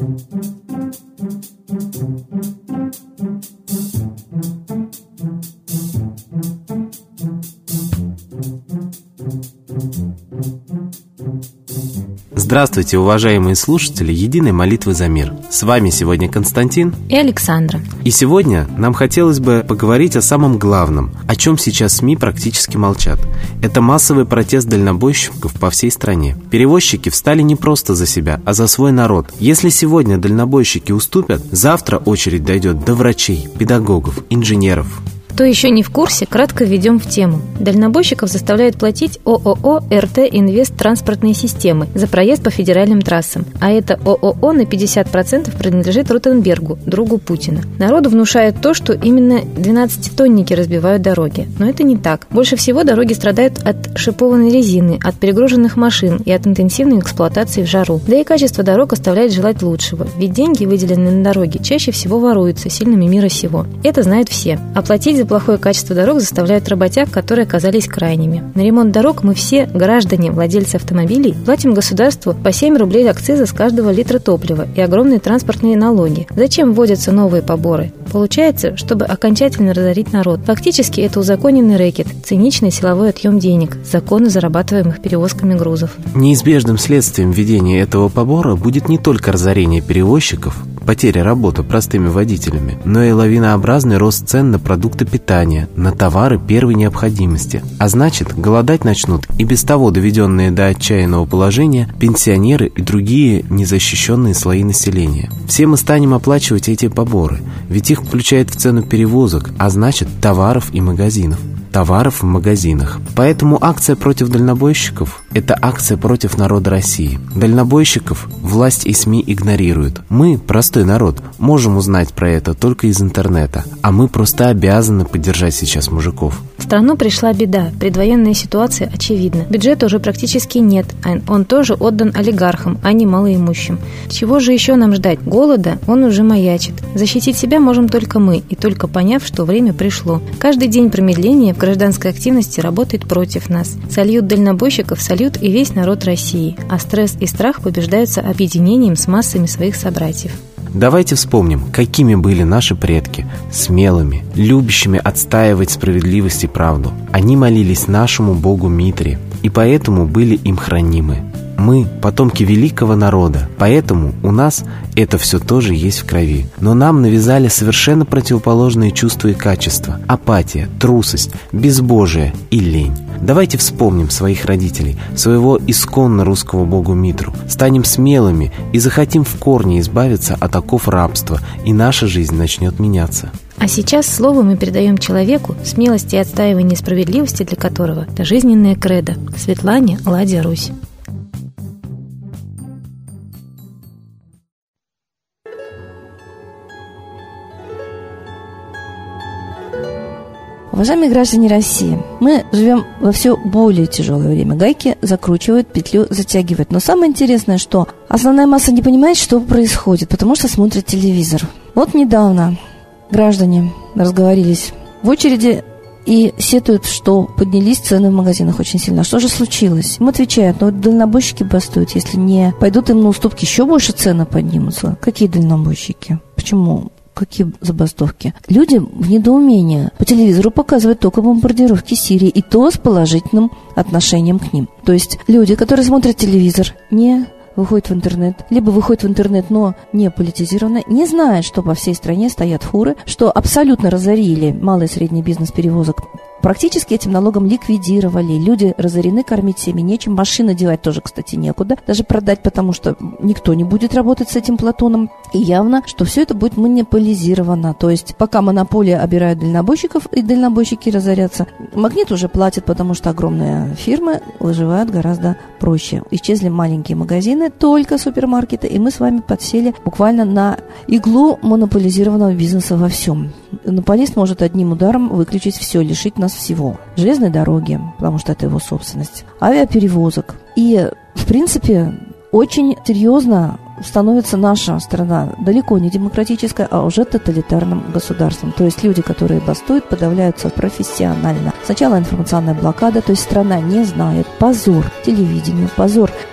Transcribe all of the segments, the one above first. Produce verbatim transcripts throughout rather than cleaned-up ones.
Здравствуйте, уважаемые слушатели Единой молитвы за мир. С вами сегодня Константин и Александра. И сегодня нам хотелось бы поговорить о самом главном, о чем сейчас СМИ практически молчат. Это массовый протест дальнобойщиков по всей стране. Перевозчики встали не просто за себя, а за свой народ. Если сегодня дальнобойщики уступят, завтра очередь дойдет до врачей, педагогов, инженеров. Кто еще не в курсе, кратко введем в тему. Дальнобойщиков заставляют платить ООО «эр тэ Инвест Транспортные системы» за проезд по федеральным трассам. А это ООО на пятьдесят процентов принадлежит Ротенбергу, другу Путина. Народу внушают то, что именно двенадцатитонники разбивают дороги. Но это не так. Больше всего дороги страдают от шипованной резины, от перегруженных машин и от интенсивной эксплуатации в жару. Да и качество дорог оставляет желать лучшего. Ведь деньги, выделенные на дороги, чаще всего воруются сильными мира сего. Это знают все. Оплатить за плохое качество дорог заставляют работяг, которые оказались крайними. На ремонт дорог мы все, граждане, владельцы автомобилей, платим государству по семь рублей акциза с каждого литра топлива и огромные транспортные налоги. Зачем вводятся новые поборы? Получается, чтобы окончательно разорить народ. Фактически это узаконенный рэкет, циничный силовой отъем денег, законно зарабатываемых перевозками грузов. Неизбежным следствием введения этого побора будет не только разорение перевозчиков, потеря работы простыми водителями, но и лавинообразный рост цен на продукты питания, на товары первой необходимости. А значит, голодать начнут и без того доведенные до отчаянного положения пенсионеры и другие незащищенные слои населения. Все мы станем оплачивать эти поборы, ведь их включают в цену перевозок, а значит, товаров и магазинов. Товаров в магазинах. Поэтому акция против дальнобойщиков – это акция против народа России. Дальнобойщиков власть и СМИ игнорируют. Мы, простой народ, можем узнать про это только из интернета, а мы просто обязаны поддержать сейчас мужиков. В страну пришла беда, предвоенная ситуация очевидна. Бюджета уже практически нет, а он тоже отдан олигархам, а не малоимущим. Чего же еще нам ждать? Голода? Он уже маячит. Защитить себя можем только мы, и только поняв, что время пришло. Каждый день промедления в гражданской активности работает против нас. Сольют дальнобойщиков, сольют и весь народ России, а стресс и страх побеждаются объединением с массами своих собратьев. Давайте вспомним, какими были наши предки, смелыми, любящими отстаивать справедливость и правду. Они молились нашему богу Митре, и поэтому были им хранимы. Мы – потомки великого народа, поэтому у нас это все тоже есть в крови. Но нам навязали совершенно противоположные чувства и качества – апатия, трусость, безбожие и лень. Давайте вспомним своих родителей, своего исконно русского богу Митру, станем смелыми и захотим в корне избавиться от оков рабства, и наша жизнь начнет меняться. А сейчас слово мы передаем человеку, смелости и отстаивания справедливости для которого – это жизненное кредо. Светлане Ладья Русь. Уважаемые граждане России, мы живем во все более тяжелое время. Гайки закручивают, петлю затягивают. Но самое интересное, что основная масса не понимает, что происходит, потому что смотрит телевизор. Вот недавно граждане разговорились в очереди и сетуют, что поднялись цены в магазинах очень сильно. Что же случилось? Им отвечают, ну дальнобойщики бастуют. Если не пойдут им на уступки, еще больше цены поднимутся. Какие дальнобойщики? Почему? Какие забастовки? Люди в недоумении. По телевизору показывают только бомбардировки Сирии, и то с положительным отношением к ним. То есть люди, которые смотрят телевизор, не выходят в интернет, либо выходят в интернет, но не политизированно, не знают, что по всей стране стоят фуры, что абсолютно разорили малый и средний бизнес перевозок. Практически этим налогом ликвидировали. Люди разорены, кормить семьи нечем. Машины девать тоже, кстати, некуда. Даже продать, потому что никто не будет работать с этим Платоном. И явно, что все это будет монополизировано. То есть, пока монополия обирает дальнобойщиков, и дальнобойщики разорятся, Магнит уже платит, потому что огромные фирмы выживают гораздо проще. Исчезли маленькие магазины, только супермаркеты, и мы с вами подсели буквально на иглу монополизированного бизнеса во всем. Монополист может одним ударом выключить все, лишить нас всего. Железной дороги, потому что это его собственность, авиаперевозок. И, в принципе, очень серьезно становится наша страна далеко не демократическая, а уже тоталитарным государством. То есть люди, которые бастуют, подавляются профессионально. Сначала информационная блокада, то есть страна не знает. Позор телевидению, позор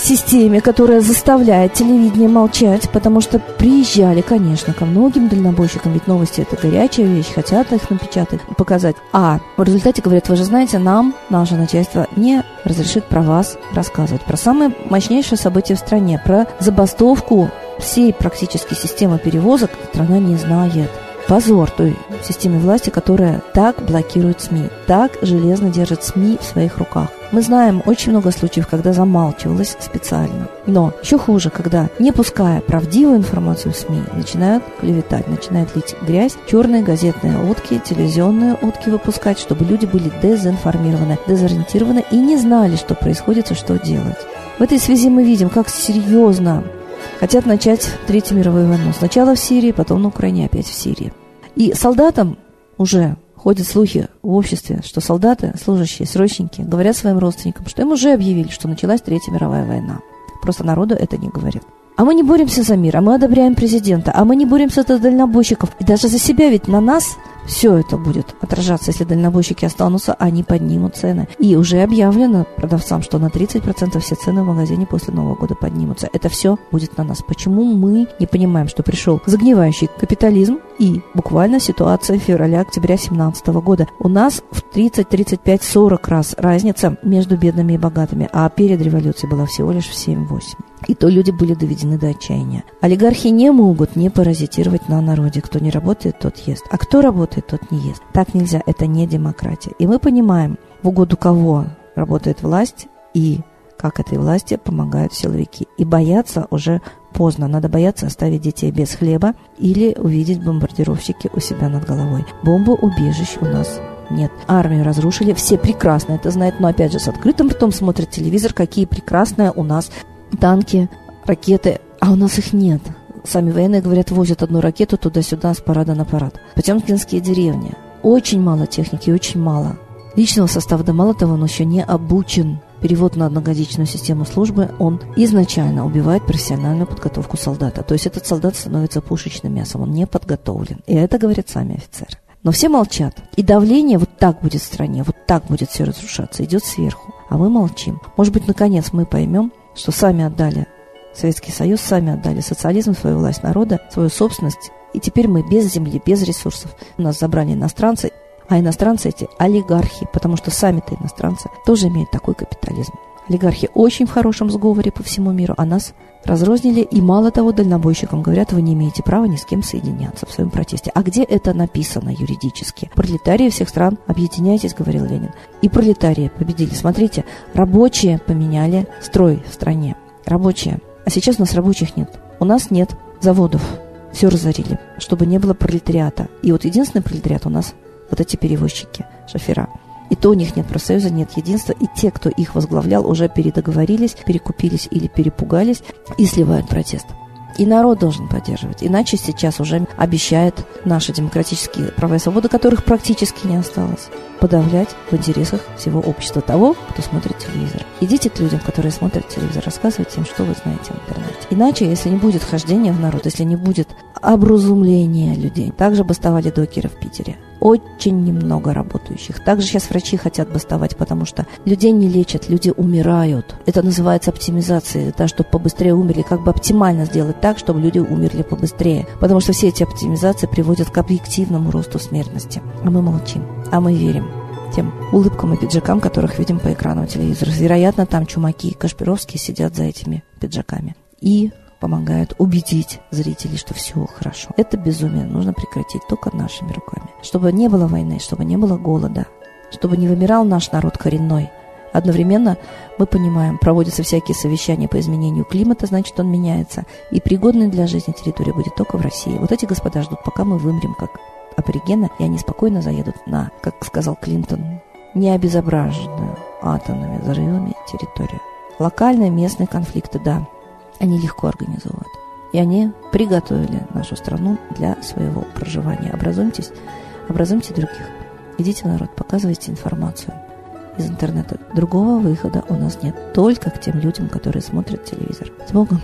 системе, которая заставляет телевидение молчать, потому что приезжали, конечно, ко многим дальнобойщикам, ведь новости – это горячая вещь, хотят их напечатать, показать. А в результате говорят: вы же знаете, нам наше начальство не разрешит про вас рассказывать. Про самое мощнейшее событие в стране, про забастовку всей практически системы перевозок страна не знает. Позор той системе власти, которая так блокирует СМИ, так железно держит СМИ в своих руках. Мы знаем очень много случаев, когда замалчивалось специально. Но еще хуже, когда, не пуская правдивую информацию в СМИ, начинают клеветать, начинают лить грязь, черные газетные утки, телевизионные утки выпускать, чтобы люди были дезинформированы, дезориентированы и не знали, что происходит и что делать. В этой связи мы видим, как серьезно хотят начать Третью мировую войну. Сначала в Сирии, потом на Украине, опять в Сирии. И солдатам уже ходят слухи в обществе, что солдаты, служащие, срочники, говорят своим родственникам, что им уже объявили, что началась Третья мировая война. Просто народу это не говорят. А мы не боремся за мир, а мы одобряем президента, а мы не боремся за дальнобойщиков. И даже за себя, ведь на нас все это будет отражаться. Если дальнобойщики останутся, они поднимут цены. И уже объявлено продавцам, что на тридцать процентов все цены в магазине после Нового года поднимутся. Это все будет на нас. Почему мы не понимаем, что пришел загнивающий капитализм и буквально ситуация февраля-октября две тысячи семнадцатого года? У нас в тридцать, тридцать пять, сорок раз разница между бедными и богатыми, а перед революцией была всего лишь в семь-восемь. И то люди были доведены до отчаяния. Олигархи не могут не паразитировать на народе. Кто не работает, тот ест. А кто работает, тот не ест. Так нельзя, это не демократия. И мы понимаем, в угоду кого работает власть и как этой власти помогают силовики. И бояться уже поздно. Надо бояться оставить детей без хлеба или увидеть бомбардировщики у себя над головой. Бомбоубежищ у нас нет. Армию разрушили, все прекрасно это знают, но опять же с открытым ртом смотрят телевизор, какие прекрасные у нас танки, ракеты, а у нас их нет. Сами военные говорят, возят одну ракету туда-сюда с парада на парад. Потемкинские деревни. Очень мало техники, очень мало личного состава, да мало того, он еще не обучен. Перевод на одногодичную систему службы, он изначально убивает профессиональную подготовку солдата. То есть этот солдат становится пушечным мясом, он не подготовлен. И это говорят сами офицеры. Но все молчат. И давление вот так будет в стране, вот так будет все разрушаться, идет сверху. А мы молчим. Может быть, наконец мы поймем, что сами отдали Советский Союз, сами отдали социализм, свою власть народа, свою собственность. И теперь мы без земли, без ресурсов. У нас забрали иностранцы, а иностранцы эти олигархи, потому что сами-то иностранцы тоже имеют такой капитализм. Олигархи очень в хорошем сговоре по всему миру, а нас разрознили. И мало того, дальнобойщикам говорят, вы не имеете права ни с кем соединяться в своем протесте. А где это написано юридически? Пролетарии всех стран, объединяйтесь, говорил Ленин. И пролетарии победили. Смотрите, рабочие поменяли строй в стране. Рабочие. А сейчас у нас рабочих нет. У нас нет заводов. Все разорили, чтобы не было пролетариата. И вот единственный пролетариат у нас вот эти перевозчики, шофера. И то у них нет профсоюза, нет единства. И те, кто их возглавлял, уже передоговорились, перекупились или перепугались и сливают протест. И народ должен поддерживать. Иначе сейчас уже обещает наши демократические права и свободы, которых практически не осталось, подавлять в интересах всего общества того, кто смотрит телевизор. Идите к людям, которые смотрят телевизор, рассказывайте им, что вы знаете в интернете. Иначе, если не будет хождения в народ, если не будет образумления людей, также бастовали докеры в Питере. Очень немного работающих. Также сейчас врачи хотят бастовать, потому что людей не лечат, люди умирают. Это называется оптимизацией, да, чтобы побыстрее умерли, как бы оптимально сделать так, чтобы люди умерли побыстрее. Потому что все эти оптимизации приводят к объективному росту смертности. А мы молчим, а мы верим тем улыбкам и пиджакам, которых видим по экрану телевизора. Вероятно, там чумаки и Кашпировские сидят за этими пиджаками и помогают убедить зрителей, что все хорошо. Это безумие нужно прекратить только нашими руками. Чтобы не было войны, чтобы не было голода, чтобы не вымирал наш народ коренной. Одновременно мы понимаем, проводятся всякие совещания по изменению климата, значит, он меняется. И пригодной для жизни территория будет только в России. Вот эти господа ждут, пока мы вымрем как аборигены, и они спокойно заедут на, как сказал Клинтон, необезображенную атомными взрывами территорию. Локальные местные конфликты, да, они легко организовывают. И они приготовили нашу страну для своего проживания. Образуйтесь, образуйте других. Идите в народ, показывайте информацию из интернета. Другого выхода у нас нет. Только к тем людям, которые смотрят телевизор. С Богом!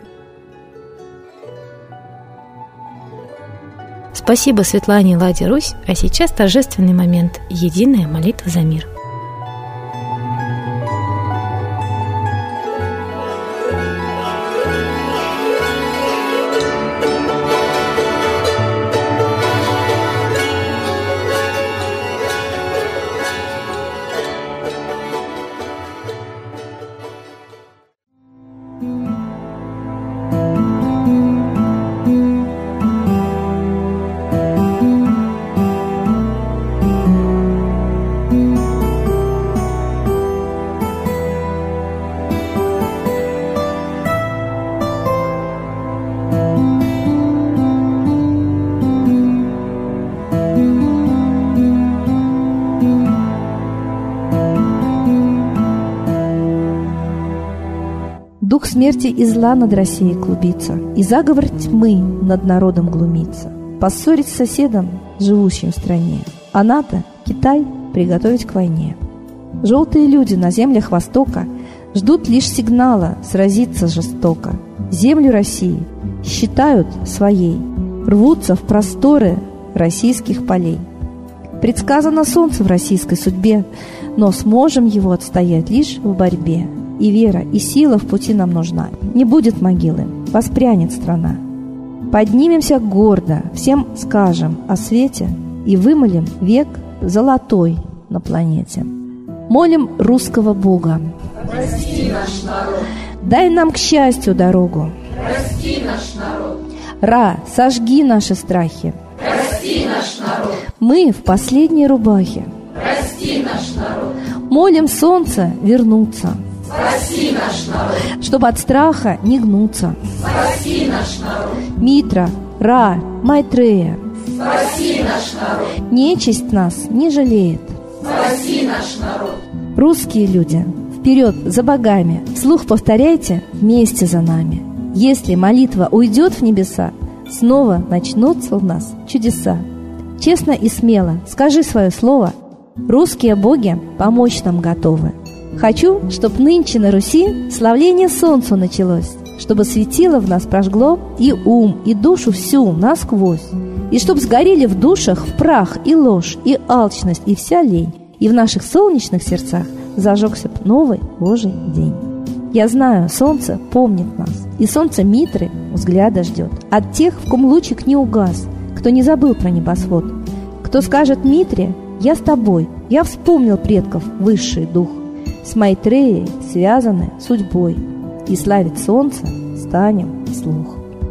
Спасибо Светлане и Ладе Русь. А сейчас торжественный момент. Единая молитва за мир. Дух смерти и зла над Россией клубится, и заговор тьмы над народом глумится. Поссорить с соседом, живущим в стране, а НАТО, Китай, приготовить к войне. Желтые люди на землях Востока ждут лишь сигнала сразиться жестоко. Землю России считают своей, рвутся в просторы российских полей. Предсказано солнце в российской судьбе, но сможем его отстоять лишь в борьбе. И вера, и сила в пути нам нужна. Не будет могилы, воспрянет страна. Поднимемся гордо, всем скажем о свете и вымолим век золотой на планете. Молим русского Бога. Прости наш народ. Дай нам к счастью дорогу. Прости наш народ. Ра, сожги наши страхи. Прости наш народ. Мы в последней рубахе. Прости наш народ. Молим солнце вернуться. Спаси наш народ. Чтоб от страха не гнуться. Спаси наш народ. Митра, Ра, Майтрея. Спаси наш народ. Нечисть нас не жалеет. Спаси наш народ. Русские люди, вперед за богами. Вслух повторяйте вместе за нами. Если молитва уйдет в небеса, снова начнутся у нас чудеса. Честно и смело скажи свое слово. Русские боги помочь нам готовы. Хочу, чтоб нынче на Руси славление солнцу началось, чтобы светило в нас прожгло и ум, и душу всю насквозь, и чтоб сгорели в душах в прах и ложь, и алчность, и вся лень, и в наших солнечных сердцах зажегся б новый Божий день. Я знаю, солнце помнит нас, и солнце Митры взгляда ждет от тех, в ком лучик не угас, кто не забыл про небосвод, кто скажет Митре: «Я с тобой, я вспомнил предков высший дух». С Майтреей связаны судьбой, и славить солнце станем вслух.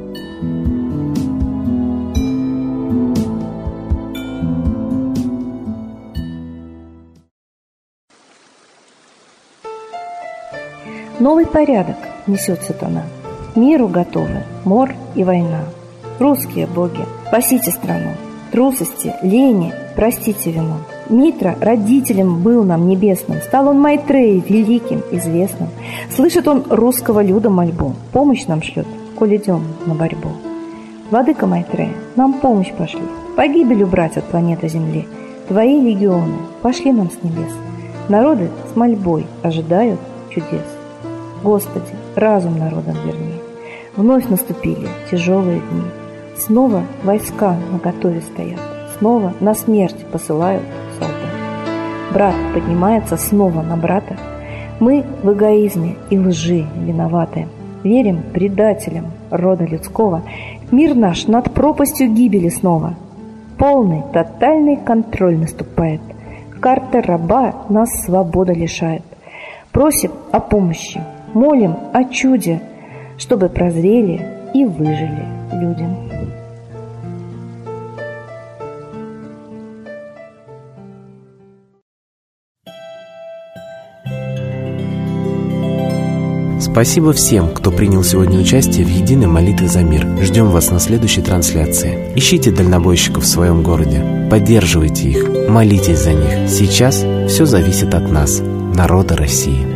Новый порядок несет сатана. Миру готовы мор и война. Русские боги, спасите страну. Трусости, лени, простите вину. Митра родителем был нам небесным, стал он Майтреей великим, известным. Слышит он русского люда мольбу, помощь нам шлет, коль идем на борьбу. Владыка Майтрея, нам помощь пошли, погибелью брать от планеты Земли. Твои легионы пошли нам с небес, народы с мольбой ожидают чудес. Господи, разум народам верни, вновь наступили тяжелые дни. Снова войска наготове стоят, снова на смерть посылают солдат. Брат поднимается снова на брата. Мы в эгоизме и лжи виноваты. Верим предателям рода людского. Мир наш над пропастью гибели снова. Полный, тотальный контроль наступает. Карта раба нас свобода лишает. Просим о помощи, молим о чуде, чтобы прозрели и выжили люди. Спасибо всем, кто принял сегодня участие в единой молитве за мир. Ждем вас на следующей трансляции. Ищите дальнобойщиков в своем городе, поддерживайте их, молитесь за них. Сейчас все зависит от нас, народа России.